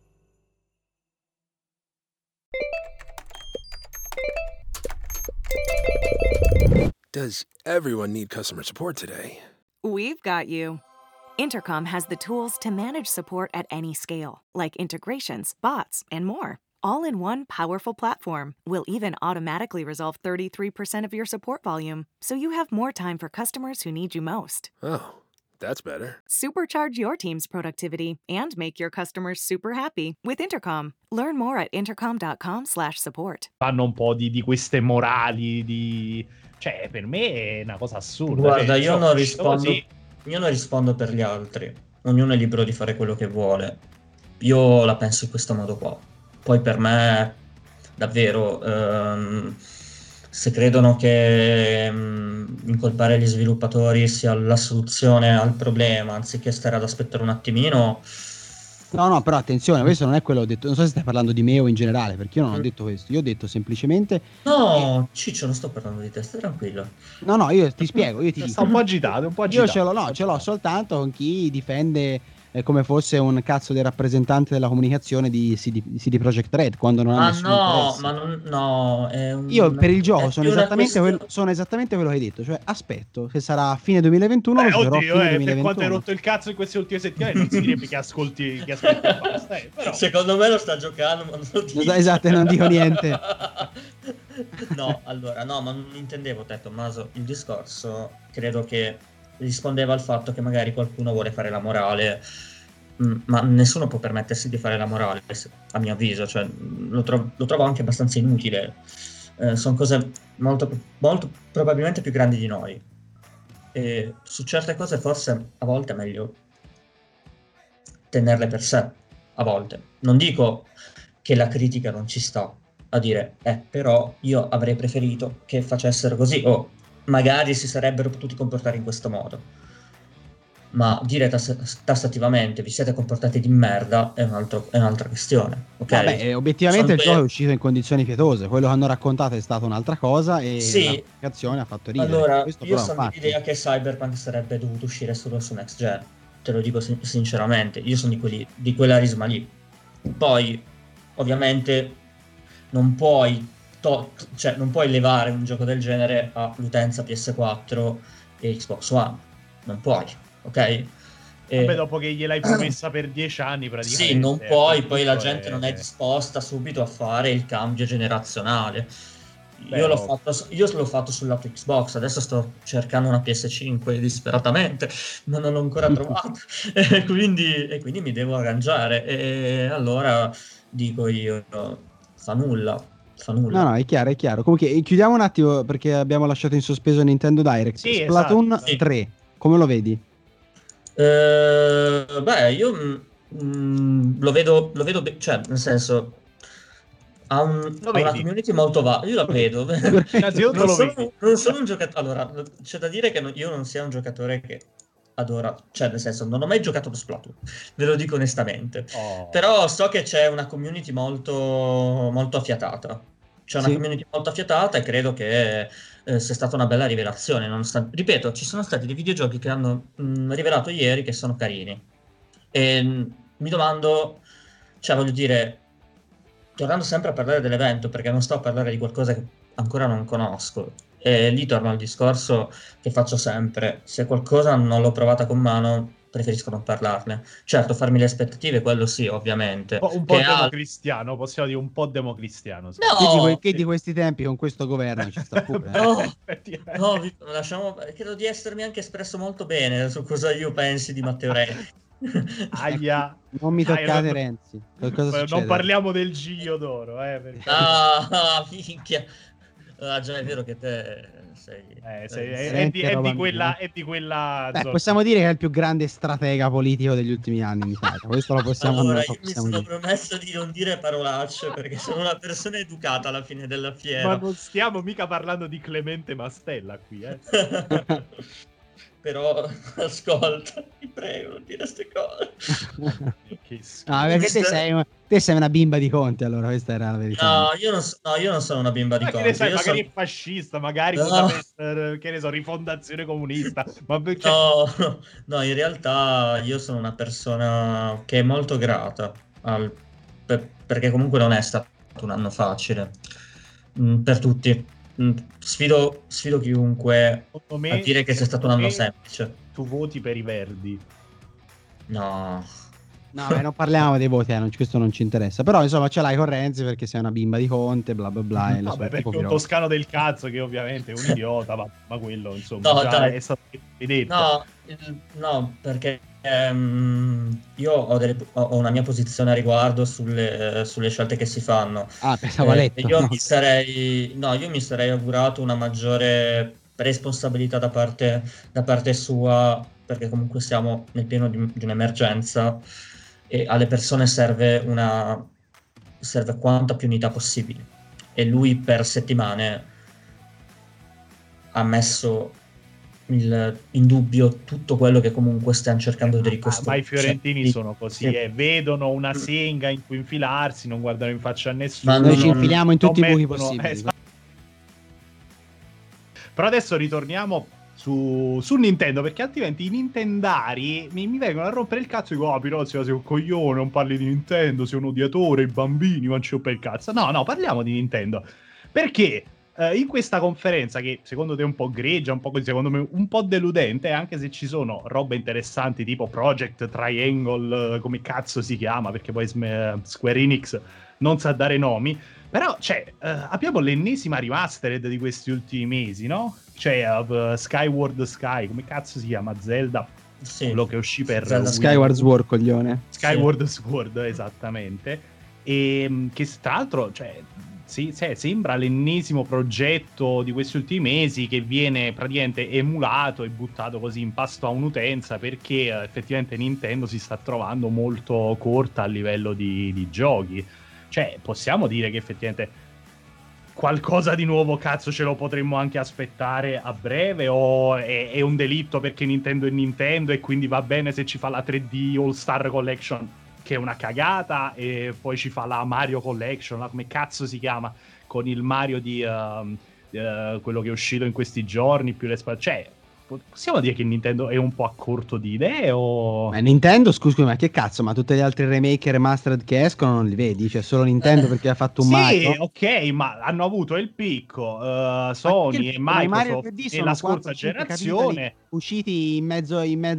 Does everyone need customer support today?
We've got you. Intercom has the tools to manage support at any scale, like integrations, bots, and more. All in one powerful platform. We'll even automatically resolve 33% of your support volume, so you have more time for customers who need you most.
Oh, that's better.
Supercharge your team's productivity and make your customers super happy with Intercom. Learn more at intercom.com/support.
Fanno un po' di queste morali, cioè, per me è una cosa assurda.
Guarda, io non rispondo per gli altri. Ognuno è libero di fare quello che vuole. Io la penso in questo modo qua. Poi per me, davvero, se credono che incolpare gli sviluppatori sia la soluzione al problema, anziché stare ad aspettare un attimino...
No, però attenzione, questo non è quello che ho detto. Non so se stai parlando di me o in generale, perché io non ho detto questo. Io ho detto semplicemente...
No, Ciccio, non sto parlando di te, stai tranquillo.
No, io ti spiego, io ti dico.
Sta un po' agitato,
Io ce l'ho soltanto con chi difende come fosse un cazzo di rappresentante della comunicazione di CD Projekt Red, quando non ha nessun interesse. Io per il gioco sono esattamente quello che hai detto, cioè aspetto, se sarà a fine 2021 lo giocherò a fine 2021.
Per quanto hai rotto il cazzo in queste ultime settimane non si direbbe che aspetti e basta, però.
Secondo me lo sta giocando, ma non lo dico.
Esatto, non dico niente.
No, allora, no, ma non intendevo te, Tommaso. Il discorso credo che rispondeva al fatto che magari qualcuno vuole fare la morale, ma nessuno può permettersi di fare la morale, a mio avviso, cioè lo trovo anche abbastanza inutile. Sono cose molto, molto probabilmente più grandi di noi, e su certe cose forse a volte è meglio tenerle per sé. A volte non dico che la critica non ci sta a dire però io avrei preferito che facessero così, o magari si sarebbero potuti comportare in questo modo, ma dire tassativamente vi siete comportati di merda è un'altra questione, ok?
Vabbè, obiettivamente il gioco è uscito in condizioni pietose, quello che hanno raccontato è stata un'altra cosa e l'applicazione ha fatto ridere.
Allora, io sono dell'idea che Cyberpunk sarebbe dovuto uscire solo su Next Gen, te lo dico sinceramente, io sono di quella risma lì. Poi ovviamente non puoi levare un gioco del genere all'utenza PS4 e Xbox One, non puoi, ok?
Vabbè, dopo che gliel'hai promessa per 10 anni praticamente.
Sì, non puoi, poi la gente non è disposta subito a fare il cambio generazionale. Io l'ho fatto sul lato Xbox, adesso sto cercando una PS5 disperatamente, ma non l'ho ancora trovato, e quindi mi devo arrangiare, e allora dico io, fa nulla.
No, è chiaro. Comunque chiudiamo un attimo perché abbiamo lasciato in sospeso Nintendo Direct.
Sì,
Splatoon 3, come lo vedi?
Io lo vedo cioè nel senso ha una community molto vasta. Io la vedo. Non sono un giocatore. Allora, c'è da dire che io non sia un giocatore che adora, cioè nel senso non ho mai giocato a Splatoon, ve lo dico onestamente, però so che c'è una community molto molto affiatata, community molto affiatata, e credo che sia stata una bella rivelazione, ripeto, ci sono stati dei videogiochi che hanno rivelato ieri che sono carini, e mi domando, cioè voglio dire, tornando sempre a parlare dell'evento, perché non sto a parlare di qualcosa che ancora non conosco, e lì torno al discorso che faccio sempre: se qualcosa non l'ho provata con mano, preferisco non parlarne. Certo, farmi le aspettative, quello sì, ovviamente.
Un po' democristiano, possiamo dire un po' democristiano. Sì.
No!
Che di questi tempi con questo governo ci sta pure.
No, lasciamo, credo di essermi anche espresso molto bene su cosa io pensi di Matteo Renzi.
Aia.
Non mi toccate Renzi.
Non parliamo del Gio d'oro, perché...
minchia. Già è vero che te
è di quella
zona. Possiamo dire che è il più grande stratega politico degli ultimi anni in Italia. Questo lo possiamo
allora,
io
mi sono promesso di non dire parolacce perché sono una persona educata alla fine della fiera.
Ma non stiamo mica parlando di Clemente Mastella qui,
Però ascolta, ti prego, non dire queste cose.
Perché te sei una bimba di Conte, allora questa era la verità.
No, io non sono una bimba di Conte.
Magari è fascista, magari che ne so, rifondazione comunista. Ma perché...
No, in realtà io sono una persona che è molto grata perché comunque non è stato un anno facile per tutti. Sfido chiunque a dire che sia stato un anno semplice.
Tu voti per i Verdi?
No,
non parliamo dei voti, questo non ci interessa. Però insomma ce l'hai con Renzi perché sei una bimba di Conte, bla bla bla.
Vabbè, perché è un toscano del cazzo che ovviamente è un idiota, ma quello insomma è stato detto.
No, perché io ho una mia posizione a riguardo sulle scelte che si fanno.
Pensavo letto.
Io mi sarei augurato una maggiore responsabilità da parte sua, perché comunque siamo nel pieno di un'emergenza e alle persone serve quanta più unità possibile. E lui per settimane ha messo in dubbio tutto quello che comunque stiamo cercando di ricostruire.
Ma i fiorentini sono così, vedono una senga in cui infilarsi, non guardano in faccia a nessuno.
Ma noi ci infiliamo in tutti i buchi possibili.
Però adesso ritorniamo su Nintendo, perché altrimenti i nintendari mi vengono a rompere il cazzo e dico: Pirozzi, sei un coglione, non parli di Nintendo, sei un odiatore, i bambini vanno per il cazzo. No, parliamo di Nintendo, perché in questa conferenza, che secondo te è un po' greggia, un po' così, secondo me un po' deludente, anche se ci sono robe interessanti tipo Project Triangle, come cazzo si chiama, perché poi Square Enix non sa dare nomi, però abbiamo l'ennesima remastered di questi ultimi mesi, no? Skyward Sky, come cazzo si chiama? Zelda?
Sì.
Quello che uscì per
Skyward Sword, coglione.
Skyward Sword, esattamente. E che tra l'altro, sembra l'ennesimo progetto di questi ultimi mesi che viene praticamente emulato e buttato così in pasto a un'utenza, perché effettivamente Nintendo si sta trovando molto corta a livello di giochi. Possiamo dire che effettivamente qualcosa di nuovo cazzo ce lo potremmo anche aspettare a breve, o è un delitto perché Nintendo è Nintendo e quindi va bene se ci fa la 3D All Star Collection, che è una cagata, e poi ci fa la Mario Collection, come cazzo si chiama, con il Mario di quello che è uscito in questi giorni, più le possiamo dire che Nintendo è un po' a corto di idee, o...
Ma Nintendo, scusami, ma che cazzo, ma tutti gli altri remake e remastered che escono non li vedi? Solo Nintendo perché ha fatto un Mario?
Sì, ok, ma hanno avuto il picco Sony e Microsoft nella scorsa generazione,
usciti in mezzo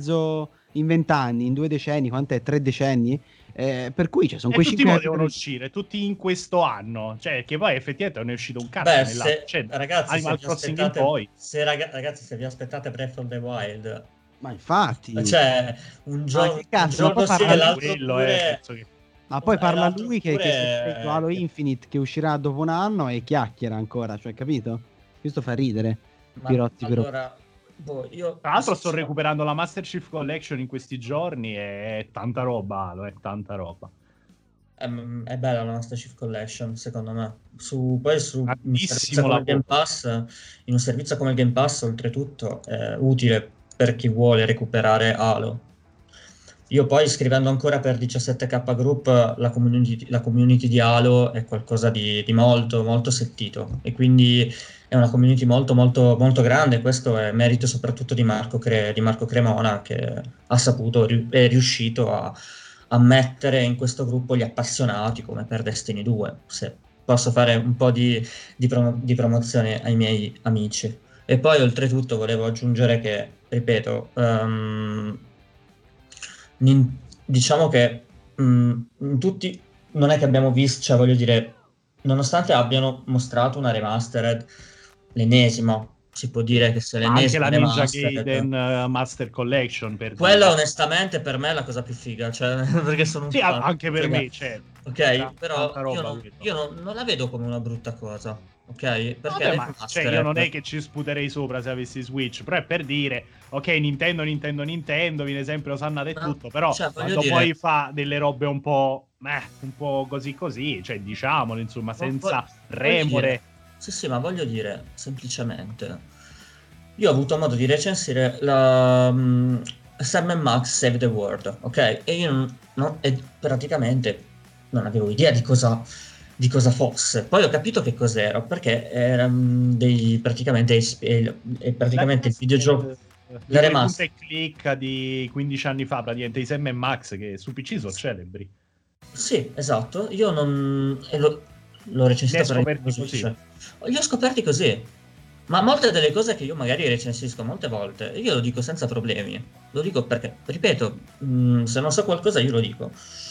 in 20 anni, in 2 decenni, quant'è? 3 decenni? Per cui sono quei
tutti devono uscire, tutti in questo anno, che poi effettivamente non è uscito un cazzo.
Ragazzi,
Animal Crossing in poi.
Ragazzi, se vi aspettate Breath of the Wild,
ma infatti,
un giorno sì e l'altro pure.
Ma poi parla lui che Halo Infinite che uscirà dopo un anno e chiacchiera ancora, capito? Questo fa ridere. Pirotti.
Tra l'altro sto recuperando la Master Chief Collection in questi giorni, è tanta roba, è tanta roba.
È bella la Master Chief Collection, secondo me. In un servizio come il Game Pass, oltretutto, è utile per chi vuole recuperare Halo. Io poi, scrivendo ancora per 17K Group, la community di Halo è qualcosa di molto, molto sentito, e quindi è una community molto, molto, molto grande. Questo è merito soprattutto di Marco Cremona, che è riuscito a mettere in questo gruppo gli appassionati, come per Destiny 2, se posso fare un po' di promozione ai miei amici. E poi oltretutto volevo aggiungere che, ripeto, diciamo che tutti, non è che abbiamo visto, cioè voglio dire, nonostante abbiano mostrato una remastered, l'ennesima, si può dire che se
Anche
l'ennesima
la Ninja
remastered,
Gaiden Master Collection, per
quella
dire.
onestamente per me è la cosa più figa, cioè perché sono un
Sì,
fan.
anche per me, certo.
Ok, però
tanta roba,
io non la vedo come una brutta cosa, ok? Perché
vabbè,
le
ma cioè, io non è che ci sputerei sopra se avessi Switch, però è per dire, ok, Nintendo, viene sempre osannata e tutto, però
cioè,
quando poi fa delle robe un po' così, cioè diciamolo, insomma, senza remore.
Sì, ma voglio dire, semplicemente, io ho avuto modo di recensire la Sam & Max Save the World, ok? E io praticamente non avevo idea di cosa fosse. Poi ho capito che cos'era, perché era praticamente il videogioco.
La remaster punta e clicca di 15 anni fa, praticamente di Sam & Max, che su PC sono celebri.
Sì, esatto. Io l'ho recensito per
così.
Li ho scoperti così. Ma molte delle cose che io magari recensisco molte volte, io lo dico senza problemi. Lo dico perché, ripeto, se non so qualcosa io lo dico.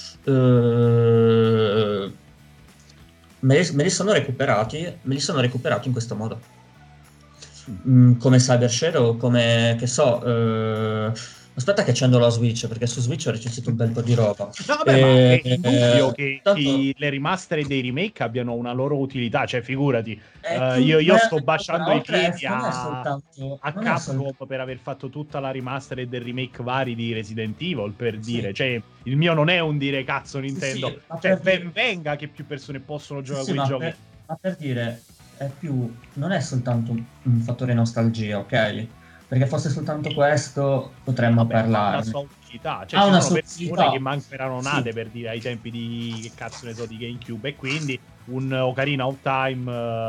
Me li sono recuperati in questo modo. Come Cybershare o come, che so, aspetta che accendo la Switch, perché su Switch ho recensito un bel po' di roba.
No, vabbè, ma è indubbio che le remaster dei remake abbiano una loro utilità, cioè figurati, io sto baciando i piedi a Capcom per aver fatto tutta la remaster del remake vari di Resident Evil, per dire, cioè il mio non è un dire cazzo Nintendo, cioè ben venga che più persone possono giocare quei giochi.
Ma per dire, non è soltanto un fattore nostalgia, ok? Perché fosse soltanto questo potremmo parlare.
Ha una sua utilità, cioè ci sono persone che mancheranno nate per dire ai tempi di che cazzo ne so di GameCube, e quindi un Ocarina of Time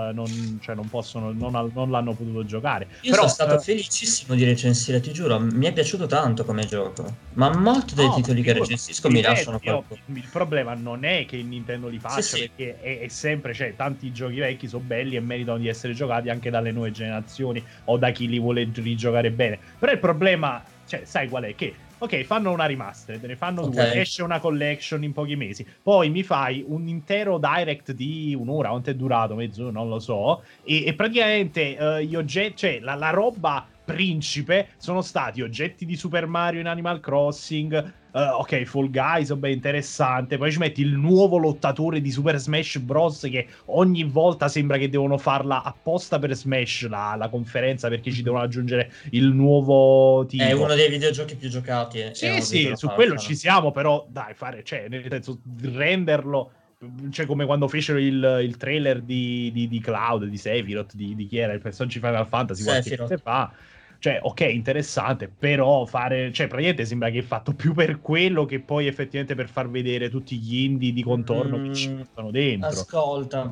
non l'hanno potuto giocare.
Io sono stato felicissimo di recensire, ti giuro, mi è piaciuto tanto come gioco, ma molti dei titoli che recensisco mi lasciano qualcosa.
Il problema non è che il Nintendo li faccia, perché è sempre, cioè, tanti giochi vecchi sono belli e meritano di essere giocati anche dalle nuove generazioni o da chi li vuole rigiocare bene. Però il problema, cioè, sai qual è? Che ok, fanno una remaster, ne fanno due, esce una collection in pochi mesi, poi mi fai un intero direct di un'ora, quanto è durato, mezz'ora, non lo so, e praticamente gli oggetti, cioè la roba principe sono stati oggetti di Super Mario in Animal Crossing, ok, Fall Guys, vabbè, interessante, poi ci metti il nuovo lottatore di Super Smash Bros. Che ogni volta sembra che devono farla apposta per Smash la conferenza, perché ci devono aggiungere il nuovo tipo.
È uno dei videogiochi più giocati.
Sì, su quello ci siamo, però dai, cioè, nel senso, renderlo, cioè come quando fecero il trailer di Cloud, di Sephiroth, di chi era il personaggio di Final Fantasy qualche mese fa. Cioè, ok, interessante, però cioè, praticamente sembra che è fatto più per quello che poi effettivamente per far vedere tutti gli indie di contorno che ci sono dentro.
Ascolta,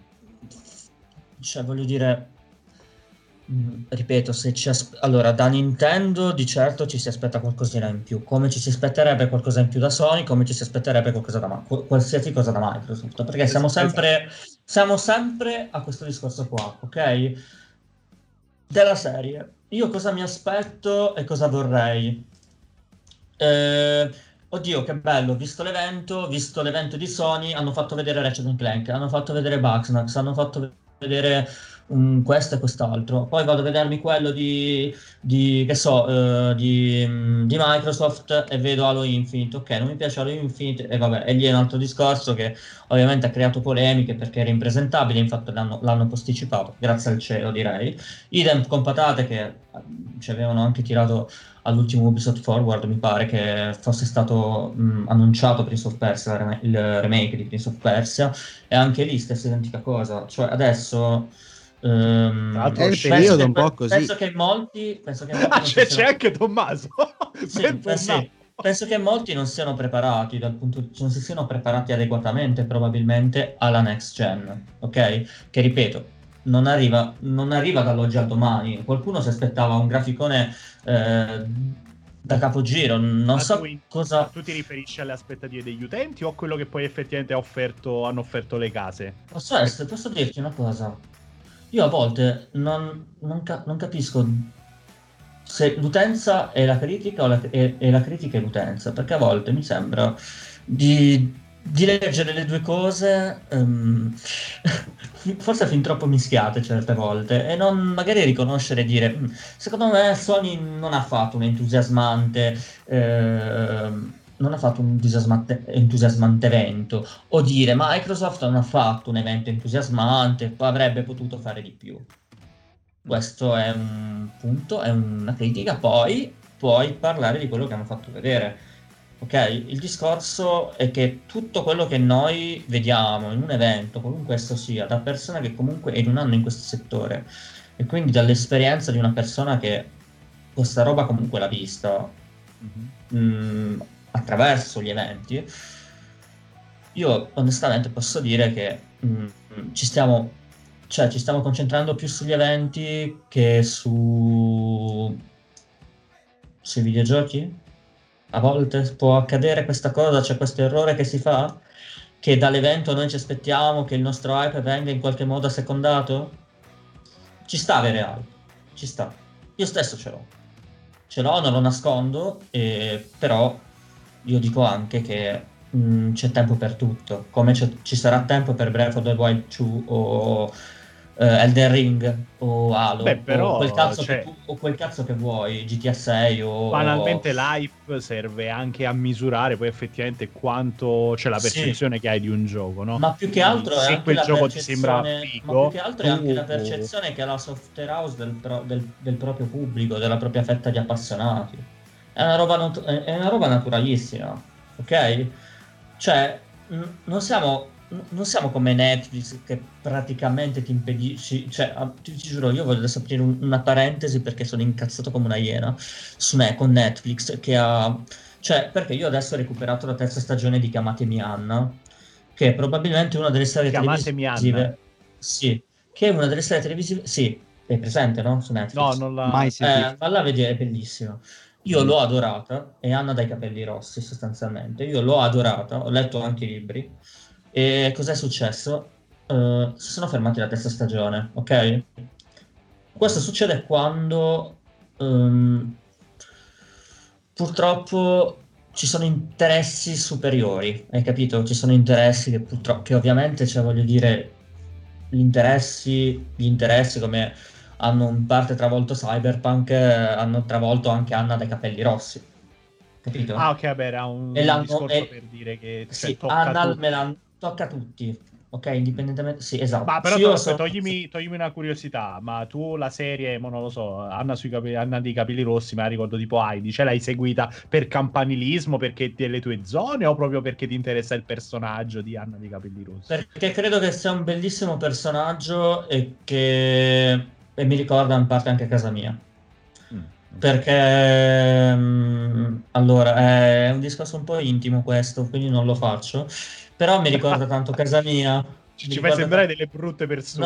cioè, voglio dire, ripeto, allora, da Nintendo di certo ci si aspetta qualcosina in più, come ci si aspetterebbe qualcosa in più da Sony, come ci si aspetterebbe qualcosa da qualsiasi cosa da Microsoft, perché siamo sempre a questo discorso qua, ok? Della serie. Io cosa mi aspetto e cosa vorrei? Oddio, che bello, visto l'evento di Sony, hanno fatto vedere Ratchet & Clank, hanno fatto vedere Bugsnax, hanno fatto vedere questo e quest'altro. Poi vado a vedermi quello di Microsoft e vedo Halo Infinite. Ok, non mi piace Halo Infinite e vabbè, e lì è un altro discorso che ovviamente ha creato polemiche perché era impresentabile, infatti l'hanno posticipato, grazie al cielo direi. Idem con patate, che ci avevano anche tirato all'ultimo Ubisoft Forward, mi pare che fosse stato annunciato Prince of Persia, il remake di Prince of Persia, e anche lì stessa identica cosa, cioè adesso
è il periodo un po' così.
Penso che molti
c'è anche Tommaso.
Penso che molti non siano preparati non si siano preparati adeguatamente probabilmente alla next gen, ok? Che ripeto, non arriva dall'oggi al domani. Qualcuno si aspettava un graficone da capogiro, non so cosa.
Tu ti riferisci alle aspettative degli utenti o a quello che poi effettivamente hanno offerto le case?
Posso dirti una cosa? Io a volte non capisco, se l'utenza è la critica o è la critica è l'utenza, perché a volte mi sembra di leggere le due cose forse fin troppo mischiate certe volte, e non magari riconoscere e dire secondo me Sony non ha fatto un entusiasmante entusiasmante evento, o dire Microsoft non ha fatto un evento entusiasmante, avrebbe potuto fare di più. Questo è un punto, è una critica. Poi puoi parlare di quello che hanno fatto vedere. Ok, il discorso è che tutto quello che noi vediamo in un evento, qualunque esso sia, da persona che comunque è in un anno in questo settore, e quindi dall'esperienza di una persona che questa roba comunque l'ha vista attraverso gli eventi, io onestamente posso dire che ci stiamo concentrando più sugli eventi che sui videogiochi. A volte può accadere questa cosa, c'è questo errore che si fa, che dall'evento noi ci aspettiamo che il nostro hype venga in qualche modo assecondato. Ci sta avere hype, ci sta. Io stesso ce l'ho, non lo nascondo, però io dico anche che c'è tempo per tutto, come ci sarà tempo per Breath of the Wild 2 o Elden Ring o Halo,
però,
o quel cazzo che vuoi, GTA 6 o...
Banalmente l'hype serve anche a misurare poi effettivamente quanto c'è la percezione che hai di un gioco, no?
Ma più che altro è
se
anche
quel
la
gioco ti sembra figo,
ma più che altro è anche la percezione che ha la software house del proprio pubblico, della propria fetta di appassionati. È una roba naturalissima, ok? Cioè, non siamo come Netflix che praticamente ti impedisci, cioè ti giuro, io voglio adesso aprire una parentesi perché sono incazzato come una iena con Netflix che ha, cioè, perché io adesso ho recuperato la terza stagione di Chiamatemi Anna, che è probabilmente una delle serie televisive, sì, che è una delle serie televisive, sì, è presente, no? Su Netflix.
No, non l'ha mai sentito.
Valla a vedere, è bellissima. Io l'ho adorata, è Anna dai capelli rossi sostanzialmente, io l'ho adorata, ho letto anche i libri. E cos'è successo? Si sono fermati la terza stagione, ok? Questo succede quando purtroppo ci sono interessi superiori, hai capito? Ci sono interessi che purtroppo, che ovviamente, cioè voglio dire, gli interessi come hanno in parte travolto Cyberpunk, hanno travolto anche Anna dai capelli rossi, capito?
Ah, ok, vabbè, era un discorso per dire che
sì,
tocca
a tutti, ok, indipendentemente, sì, esatto.
Ma però toglimi una curiosità, ma tu la serie, non lo so, Anna dei capelli rossi, me la ricordo tipo Heidi, ce l'hai seguita per campanilismo, perché delle tue zone, o proprio perché ti interessa il personaggio di Anna dei capelli rossi?
Perché credo che sia un bellissimo personaggio e mi ricorda in parte anche casa mia. Perché allora è un discorso un po' intimo questo, quindi non lo faccio, però mi ricorda tanto casa mia.
Ci fai sembrare delle brutte persone.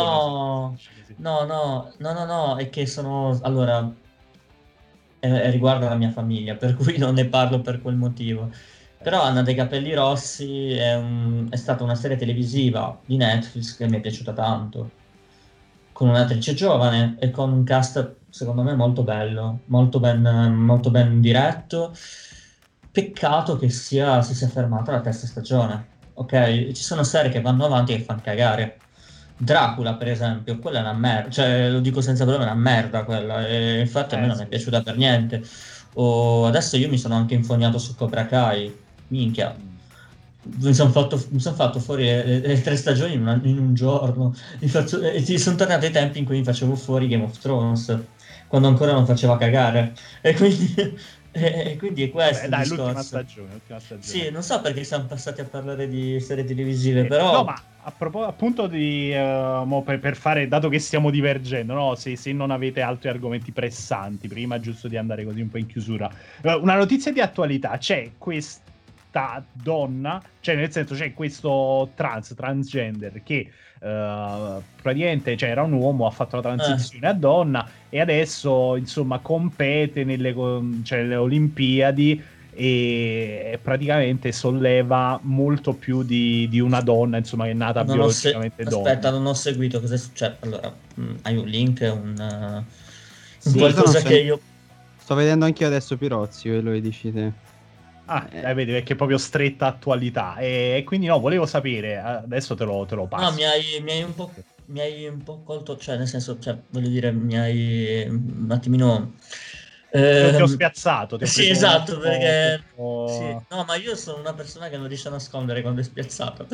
No, è che sono, allora, riguarda la mia famiglia, per cui non ne parlo per quel motivo. Però Anna dei capelli rossi è stata una serie televisiva di Netflix che mi è piaciuta tanto, con un'attrice giovane e con un cast secondo me molto bello, molto ben diretto. Peccato che si sia fermata la terza stagione, ok? Ci sono serie che vanno avanti e che fanno cagare. Dracula, per esempio, quella è una merda, cioè lo dico senza problema, è una merda quella, e infatti a me non è piaciuta per niente. Adesso io mi sono anche infognato su Cobra Kai, minchia. Mi sono fatto fuori le 3 stagioni in un giorno. Ci sono tornati i tempi in cui mi facevo fuori Game of Thrones, quando ancora non faceva cagare. E quindi è questo.
Dai,
il discorso.
l'ultima stagione.
Sì, non so perché siamo passati a parlare di serie televisive, però...
No, ma a proposito appunto di... per fare, dato che stiamo divergendo, no? Se non avete altri argomenti pressanti, prima giusto di andare così un po' in chiusura. Una notizia di attualità, c'è questa donna, cioè nel senso c'è questo transgender che praticamente, cioè, era un uomo, ha fatto la transizione a donna e adesso insomma compete nelle Olimpiadi e praticamente solleva molto più di una donna, insomma, che è nata biologicamente donna.
Aspetta, non ho seguito cosa è successo. Allora, hai un link, qualcosa che io...
Sto vedendo anche io adesso Pirozzi, quello che dici te.
Vedi, perché è proprio stretta attualità. E quindi no, volevo sapere, adesso te lo passo.
No, mi hai un po' colto, cioè nel senso, cioè, voglio dire, mi hai un attimino...
Ti ho spiazzato.
Sì, esatto, perché... Sì. No, ma io sono una persona che non riesce a nascondere quando è spiazzata.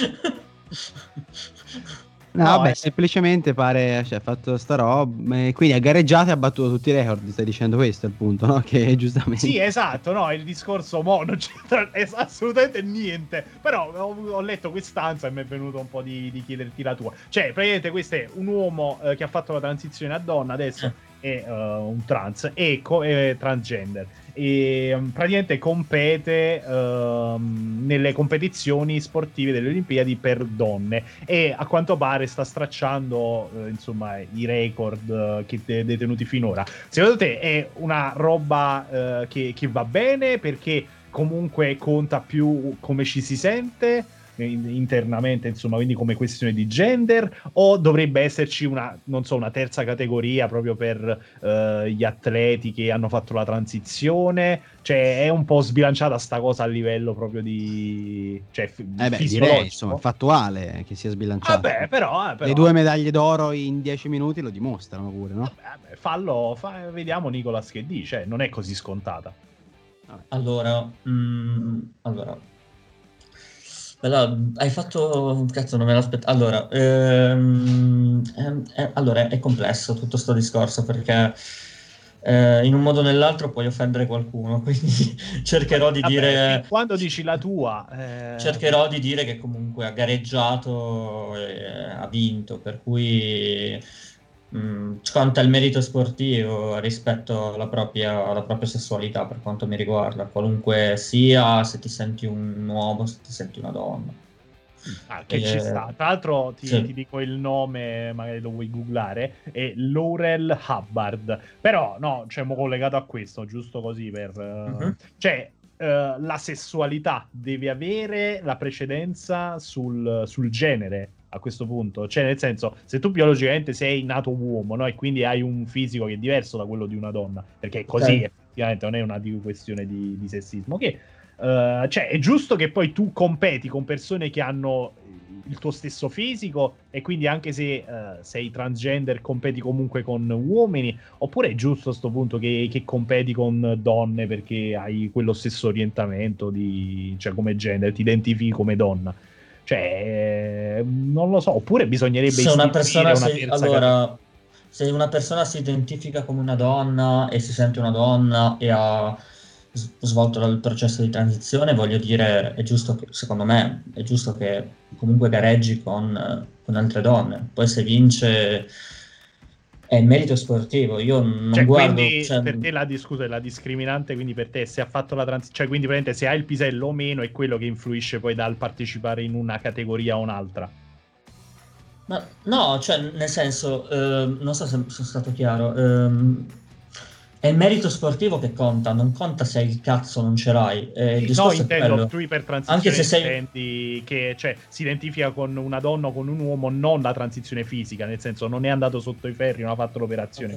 No, vabbè, semplicemente pare, cioè, ha fatto sta roba, quindi ha gareggiato e ha battuto tutti i record, stai dicendo questo è il punto, no? Che giustamente...
Sì, esatto, no, il discorso non c'entra assolutamente niente, però ho letto quest'ansia e mi è venuto un po' di chiederti la tua. Cioè, praticamente questo è un uomo che ha fatto la transizione a donna, adesso è un trans, è transgender. E praticamente compete nelle competizioni sportive delle Olimpiadi per donne e a quanto pare sta stracciando insomma i record detenuti finora. Secondo te è una roba che va bene perché comunque conta più come ci si sente internamente, insomma, quindi come questione di gender, o dovrebbe esserci una terza categoria proprio per gli atleti che hanno fatto la transizione? Cioè è un po' sbilanciata sta cosa a livello proprio di
direi, insomma, fattuale che sia sbilanciata.
Vabbè, però
le 2 medaglie d'oro in 10 minuti lo dimostrano pure, no?
Vabbè, vediamo Nicolas che dice, non è così scontata.
Allora, hai fatto... Cazzo, non me l'aspetto. Allora, allora, è complesso tutto sto discorso perché in un modo o nell'altro puoi offendere qualcuno, quindi cercherò di dire...
Quando dici la tua...
Cercherò di dire che comunque ha gareggiato e ha vinto, per cui conta il merito sportivo rispetto alla propria sessualità, per quanto mi riguarda, qualunque sia, se ti senti un uomo, se ti senti una donna.
Che ci sta. Tra l'altro ti dico il nome, magari lo vuoi googlare, è Laurel Hubbard. Però no, cioè collegato a questo, giusto così per... Cioè la sessualità deve avere la precedenza sul genere a questo punto, cioè nel senso, se tu biologicamente sei nato uomo, no, e quindi hai un fisico che è diverso da quello di una donna, perché così effettivamente non è una questione di sessismo, che cioè è giusto che poi tu competi con persone che hanno il tuo stesso fisico e quindi anche se sei transgender competi comunque con uomini, oppure è giusto a sto punto che competi con donne perché hai quello stesso orientamento cioè come genere, ti identifichi come donna? Cioè, non lo so, oppure bisognerebbe
se una persona se una persona si identifica come una donna e si sente una donna e ha svolto il processo di transizione, voglio dire, è giusto che, secondo me, è giusto che comunque gareggi con altre donne. Poi se vince è il merito sportivo, io non guardo...
Quindi per te la discriminante, quindi per te se ha fatto la transizione, cioè quindi praticamente se hai il pisello o meno è quello che influisce poi dal partecipare in una categoria o un'altra.
Ma no, cioè nel senso, non so se sono stato chiaro, è il merito sportivo che conta, non conta se il cazzo non ce l'hai.
No, intendo, tu per transizione
anche se
intendi che cioè, si identifica con una donna o con un uomo, non la transizione fisica, nel senso non è andato sotto i ferri, non ha fatto l'operazione.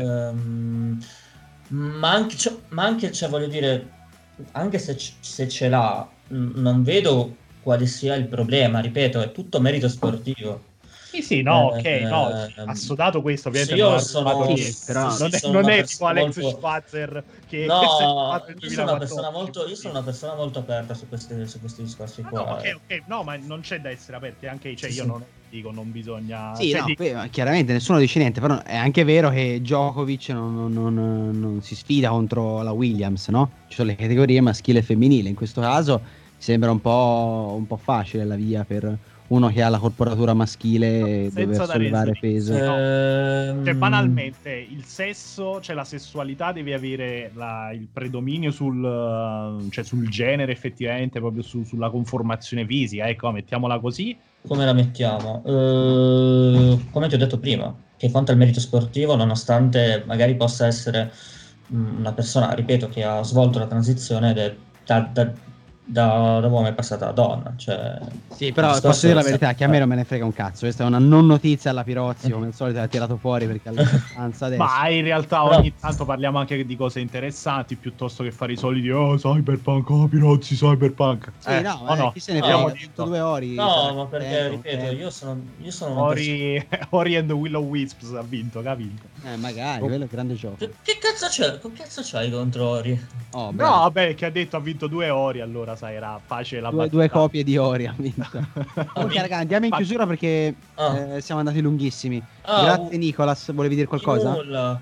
Ma anche, cioè, voglio dire, anche se ce l'ha, non vedo quale sia il problema, ripeto, è tutto merito sportivo.
Sì, no, ok, no, assodato questo, ovviamente
io
non è tipo Alex Schwarzer che...
No, io sono una persona molto aperta su questi discorsi qua.
No, ok, no, ma non c'è da essere aperti, anche io non dico, non bisogna...
Sì, cioè, chiaramente nessuno dice niente, però è anche vero che Djokovic non si sfida contro la Williams, no? Ci sono le categorie maschile e femminile, in questo caso sembra un po' facile la via per... uno che ha la corporatura maschile e deve sollevare peso.
Cioè, banalmente il sesso, cioè la sessualità deve avere il predominio sul genere, effettivamente, proprio sulla conformazione fisica, ecco, mettiamola così.
Come la mettiamo? Come ti ho detto prima, che conta il merito sportivo, nonostante magari possa essere una persona, ripeto, che ha svolto la transizione ed è da uomo è passata a donna. Cioè,
Sì, però posso dire la verità, che a me non me ne frega un cazzo. Questa è una non notizia alla Pirozzi, come al solito l'ha tirato fuori perché all'abbastanza adesso.
Ma in realtà ogni tanto parliamo anche di cose interessanti piuttosto che fare i soliti Cyberpunk, Pirozzi, Cyberpunk.
Sì, no, chi se ne frega,
no,
22 ore.
No, ma perché, ripeto, io sono
Ori and the Will of Wisps ha vinto, capito?
Magari, quello è un grande gioco.
Che cazzo c'hai contro Ori?
Oh,
no, vabbè, che ha detto ha vinto 2 Ori, allora sai, era facile la battuta.
Due copie di Ori ha vinto. Ok, raga, andiamo in chiusura perché siamo andati lunghissimi. Grazie Nicolas, volevi dire qualcosa?
Nulla.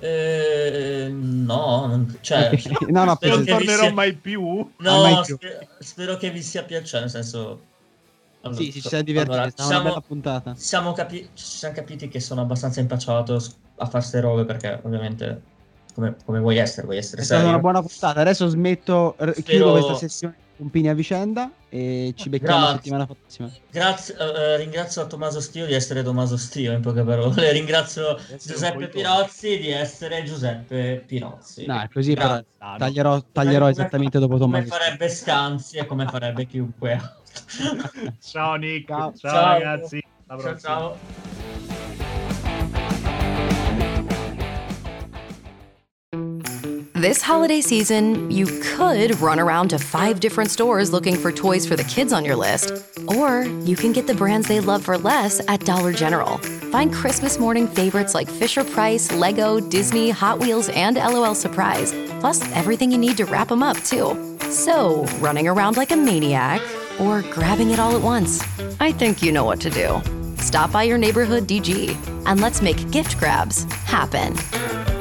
No, cioè,
no,
non tornerò mai più.
No,
mai più.
Spero che vi sia piaciuto, nel senso.
Allora, sì, ci siamo divertiti, è stata una bella puntata.
Ci siamo capiti che sono abbastanza impacciato a fare ste robe perché ovviamente come vuoi essere
È
serio.
stata una buona puntata. Adesso chiudo questa sessione Pumpini a vicenda e ci becchiamo la settimana prossima.
Grazie, ringrazio a Tommaso Stio di essere Tommaso Stio, in poche parole. Ringrazio Giuseppe Pirozzi di essere Giuseppe Pirozzi.
No, è così, però taglierò esattamente dopo Tommaso.
Come farebbe Scanzi e come farebbe chiunque altro.
Ciao Nick,
ciao
ragazzi.
Ciao.
This holiday season, you could run around to 5 different stores looking for toys for the kids on your list. Or you can get the brands they love for less at Dollar General. Find Christmas morning favorites like Fisher-Price, Lego, Disney, Hot Wheels, and LOL Surprise. Plus, everything you need to wrap them up, too. So, running around like a maniac or grabbing it all at once? I think you know what to do. Stop by your neighborhood DG and let's make gift grabs happen.